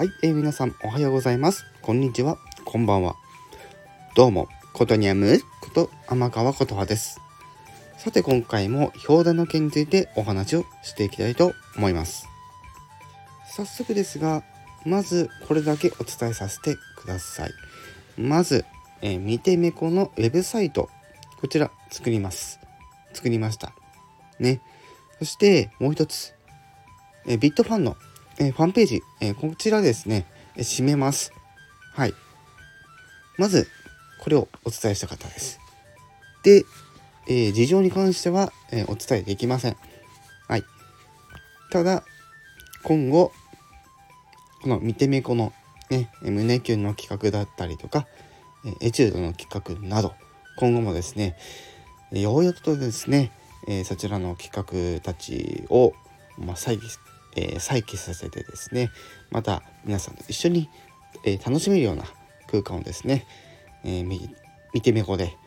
はい、皆さんおはようございます。こんにちは、こんばんは。どうも、ことにゃむこと天川琴葉です。さて今回も表題の件についてお話をしていきたいと思います。早速ですが、まずこれだけお伝えさせてください。まず、みてめこのウェブサイト、こちら作りましたね。そしてもう一つ、ビットファンのファンページ、こちらですね、閉めます。はい。まず、これをお伝えしたかったです。で、事情に関しては、お伝えできません。はい。ただ、今後、この見てめこのね、胸キュンの企画だったりとか、エチュードの企画など、今後もですね、ようやくとですね、そちらの企画たちを、再起させてですね、また皆さんと一緒に、楽しめるような空間をですね、見てめこで、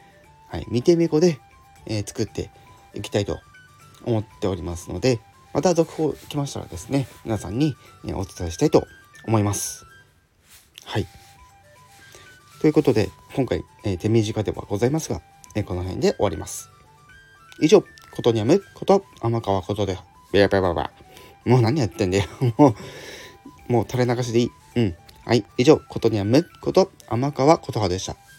作っていきたいと思っておりますので、また続報来ましたらですね、皆さんに、お伝えしたいと思います。はい。ということで、今回、手短ではございますが、この辺で終わります。以上、ことにゃむこと天川ことで、もう何やってんだよ。もう垂れ流しでいい。はい。以上、ことにゃむこと天川ことはでした。